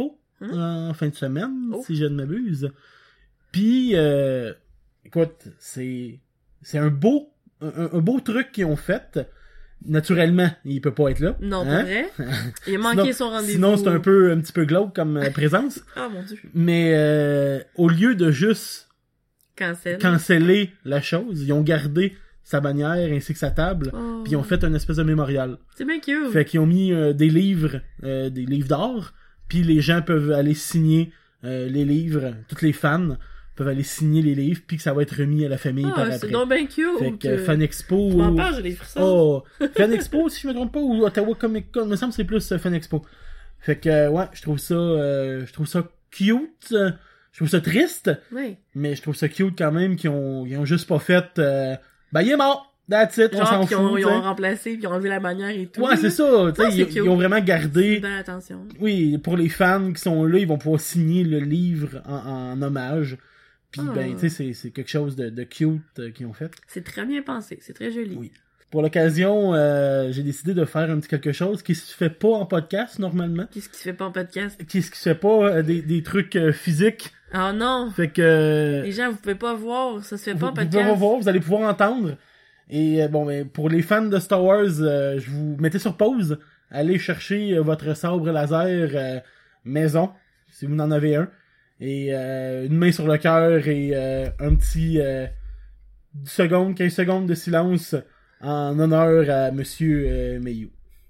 mmh. en fin de semaine, oh. si je ne m'abuse. Puis, euh, écoute, c'est c'est un beau un, un beau truc qu'ils ont fait. Naturellement, il peut pas être là. Non, hein? pas vrai. Il a manqué sinon, son rendez-vous. Sinon, c'est un peu un petit peu glauque comme euh, présence. Oh mon Dieu. Mais euh, au lieu de juste Cancel. canceller la chose, ils ont gardé sa bannière ainsi que sa table, oh. puis ils ont fait une espèce de mémorial. C'est bien cute. Fait qu'ils ont mis euh, des livres, euh, des livres d'art, puis les gens peuvent aller signer euh, les livres, tous les fans peuvent aller signer les livres, puis que ça va être remis à la famille oh, par après. C'est donc bien cute. Fait que euh, Fan Expo... Je m'en parle, j'ai des frissons. Oh, Fan Expo, si je me trompe pas, ou Ottawa Comic Con, me semble que c'est plus euh, Fan Expo. Fait que, euh, ouais, je trouve ça, euh, je trouve ça cute, euh, je trouve ça triste, oui. mais je trouve ça cute quand même qu'ils ont, ils ont juste pas fait, euh, ben il est mort, that's it, Genre, on s'en fout. Ont, ils ont remplacé, puis ils ont enlevé la bannière et tout. Ouais, c'est ça, tu sais, ah, ils, ils ont vraiment gardé... Belle attention. Oui, pour les fans qui sont là, ils vont pouvoir signer le livre en, en hommage. Puis, oh. ben, tu sais, c'est, c'est quelque chose de, de cute euh, qu'ils ont fait. C'est très bien pensé, c'est très joli. Oui. Pour l'occasion, euh, j'ai décidé de faire un petit quelque chose qui se fait pas en podcast, normalement. Qu'est-ce qui se fait pas en podcast? Qu'est-ce qui se fait pas, euh, des, des trucs euh, physiques. Oh non! Fait que... Euh, les gens, vous pouvez pas voir, ça se fait vous, pas en podcast. Vous pouvez pas voir, vous allez pouvoir entendre. Et, euh, bon, ben, pour les fans de Star Wars, euh, je vous mettais sur pause. Allez chercher euh, votre sabre laser euh, maison, si vous en avez un. Et euh, une main sur le cœur et euh, un petit euh, dix secondes, quinze secondes de silence en honneur à Monsieur euh, Mayhew.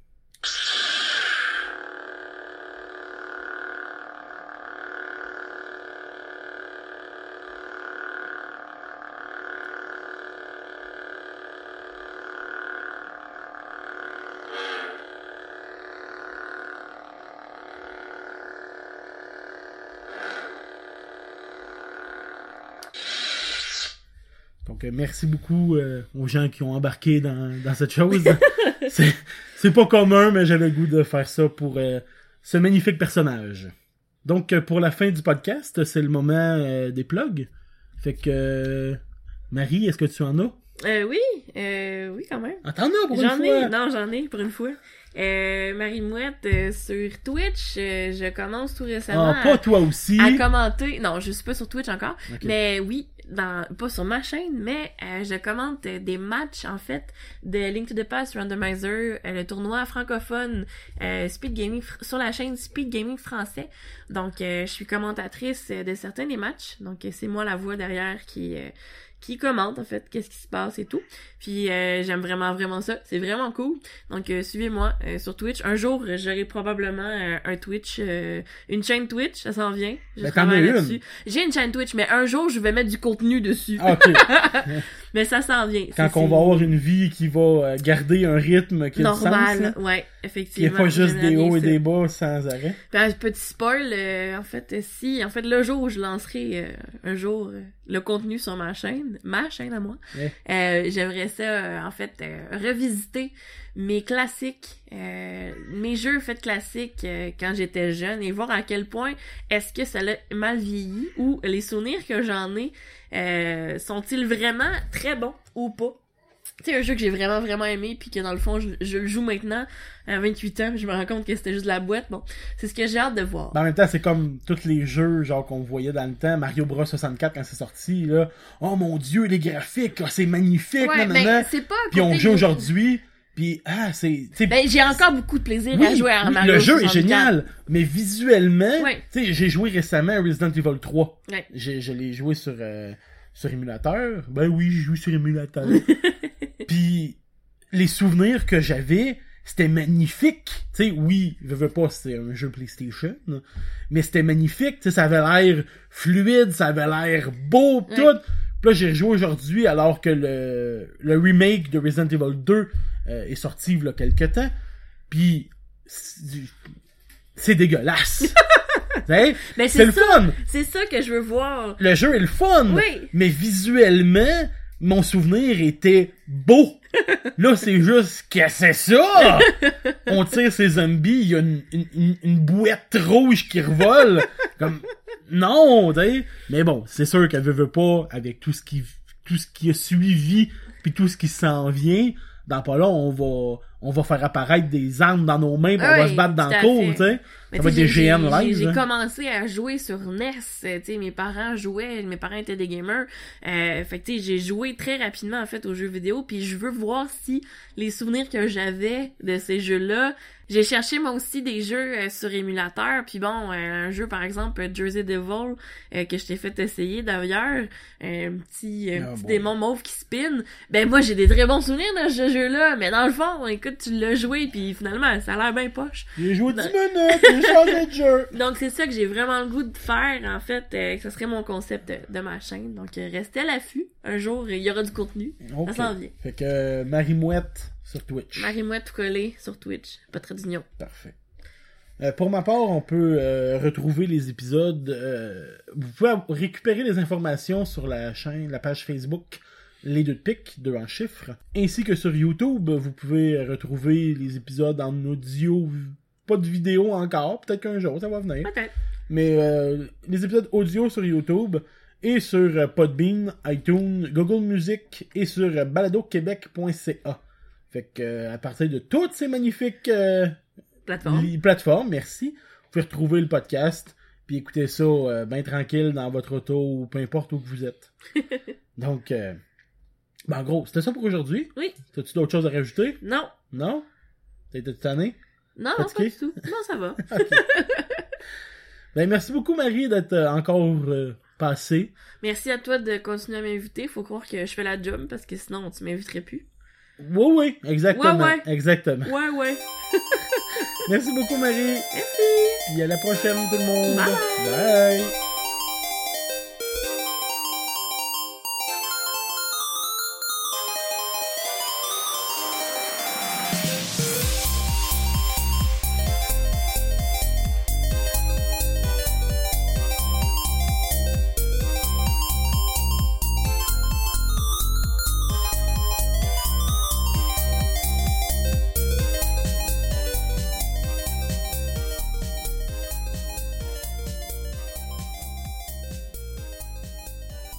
Donc, euh, merci beaucoup euh, aux gens qui ont embarqué dans, dans cette chose. c'est, c'est pas commun, mais j'ai le goût de faire ça pour euh, ce magnifique personnage. Donc, euh, pour la fin du podcast, c'est le moment euh, des plugs. Fait que, euh, Marie, est-ce que tu en as? Euh, oui, euh, oui, quand même. Ah, t'en as pour j'en une fois? Ai, non, j'en ai pour une fois. Euh, Marie Mouette, euh, sur Twitch, euh, je commence tout récemment. Ah, pas toi aussi. À commenter. Non, je suis pas sur Twitch encore. Okay. Mais oui, dans, pas sur ma chaîne, mais euh, je commente euh, des matchs, en fait, de Link to the Past Randomizer, euh, le tournoi francophone euh, Speed Gaming sur la chaîne Speed Gaming français. Donc, euh, je suis commentatrice euh, de certains des matchs. Donc, euh, c'est moi la voix derrière qui... Euh, qui commente en fait qu'est-ce qui se passe et tout. Puis euh, j'aime vraiment vraiment ça, c'est vraiment cool. Donc euh, suivez-moi euh, sur Twitch. Un jour j'aurai probablement euh, un Twitch, euh, une chaîne Twitch, ça s'en vient. Je ben, travaille là-dessus. J'ai une chaîne Twitch, mais un jour je vais mettre du contenu dessus. Ah, ok. Mais ça s'en vient. Quand c'est, on c'est... va avoir une vie qui va garder un rythme qui a normal, du sens. ouais, effectivement. Il n'y a pas juste des hauts et ça. des bas sans arrêt. Puis un petit spoil, euh, en fait, si, en fait, le jour où je lancerai euh, un jour euh, le contenu sur ma chaîne, ma chaîne à moi, ouais. euh, j'aimerais ça, euh, en fait, euh, revisiter mes classiques, euh, mes jeux faits classiques euh, quand j'étais jeune et voir à quel point est-ce que ça l'a mal vieilli ou les souvenirs que j'en ai euh, sont-ils vraiment très bons ou pas. Tu sais, un jeu que j'ai vraiment, vraiment aimé, puis que dans le fond, je, je le joue maintenant, à vingt-huit ans, puis je me rends compte que c'était juste de la boîte. Bon, c'est ce que j'ai hâte de voir. Ben, en même temps, c'est comme tous les jeux genre qu'on voyait dans le temps, Mario Bros soixante-quatre quand c'est sorti, là. Oh mon dieu, les graphiques, oh, c'est magnifique, ouais, nanana. Ben, c'est pas puis on joue de... aujourd'hui, puis ah, c'est... T'sais... Ben, j'ai encore beaucoup de plaisir oui, à jouer à oui, Mario le jeu soixante-quatre. est génial, mais visuellement, ouais. tu sais, j'ai joué récemment à Resident Evil trois. Ouais. J'ai, je l'ai joué sur, euh, sur émulateur. Ben oui, j'ai joué sur émulateur. Puis les souvenirs que j'avais, c'était magnifique. Tu sais, oui, je veux pas, c'était un jeu PlayStation, mais c'était magnifique. Tu sais, ça avait l'air fluide, ça avait l'air beau, tout. Ouais. Puis là, j'ai rejoué aujourd'hui alors que le, le remake de Resident Evil deux euh, est sorti il y a quelques temps. Puis c'est, c'est dégueulasse. Ben, c'est, c'est le ça, fun. C'est ça que je veux voir. Le jeu est le fun. Oui. Mais visuellement, mon souvenir était beau. Là, c'est juste que c'est ça! On tire ces zombies, il y a une, une, une bouette rouge qui revole. Comme, non, t'sais. Mais bon, c'est sûr qu'elle veut, veut pas, avec tout ce qui, tout ce qui a suivi, puis tout ce qui s'en vient, dans pas là, on va, on va faire apparaître des armes dans nos mains, pis ah on va oui, se battre dans le cours, tu sais. Mais ça va être des G N live. J'ai hein. commencé à jouer sur N E S, tu sais, mes parents jouaient, mes parents étaient des gamers, euh, fait que tu sais, j'ai joué très rapidement en fait aux jeux vidéo, puis je veux voir si les souvenirs que j'avais de ces jeux-là, j'ai cherché moi aussi des jeux euh, sur émulateur, puis bon, euh, un jeu par exemple Jersey Devil euh, que je t'ai fait essayer d'ailleurs, un petit, un oh petit boy. démon mauve qui spin, ben moi j'ai des très bons souvenirs de ce jeu-là, mais dans le fond, écoute, tu l'as joué, puis finalement ça a l'air bien poche. J'ai joué dix minutes, j'ai changé de jeu. Donc c'est ça que j'ai vraiment le goût de faire, en fait, euh, que ce serait mon concept de ma chaîne. Donc euh, restez à l'affût, un jour il y aura du contenu, Okay. ça s'en vient. Fait que euh, Marie-Mouette sur Twitch. Marie-Mouette tout collé sur Twitch, pas très d'union. Parfait. Euh, pour ma part, on peut euh, retrouver les épisodes. Euh, vous pouvez récupérer les informations sur la chaîne, la page Facebook Les Deux de Pique, deux en chiffres, ainsi que sur YouTube. Vous pouvez retrouver les épisodes en audio, pas de vidéo encore. Peut-être qu'un jour ça va venir. Peut-être. Mais euh, les épisodes audio sur YouTube et sur euh, Podbean, iTunes, Google Music et sur euh, balado québec point c a. Fait que euh, à partir de toutes ces magnifiques euh, Plateforme. li- plateformes, merci, vous pouvez retrouver le podcast puis écouter ça euh, bien tranquille dans votre auto ou peu importe où que vous êtes. Donc, euh, ben en gros, c'était ça pour aujourd'hui. Oui. T'as-tu d'autres choses à rajouter? Non. Non? T'as été tanné? Non, non, Fatigué? pas du tout. Non, ça va. Ben merci beaucoup Marie d'être euh, encore euh, passée. Merci à toi de continuer à m'inviter. Faut croire que je fais la job parce que sinon tu m'inviterais plus. Oui, oui, exactement. Ouais, ouais. Exactement. Ouais, ouais. Merci beaucoup Marie. Merci. Puis à la prochaine tout le monde. Bye. Bye.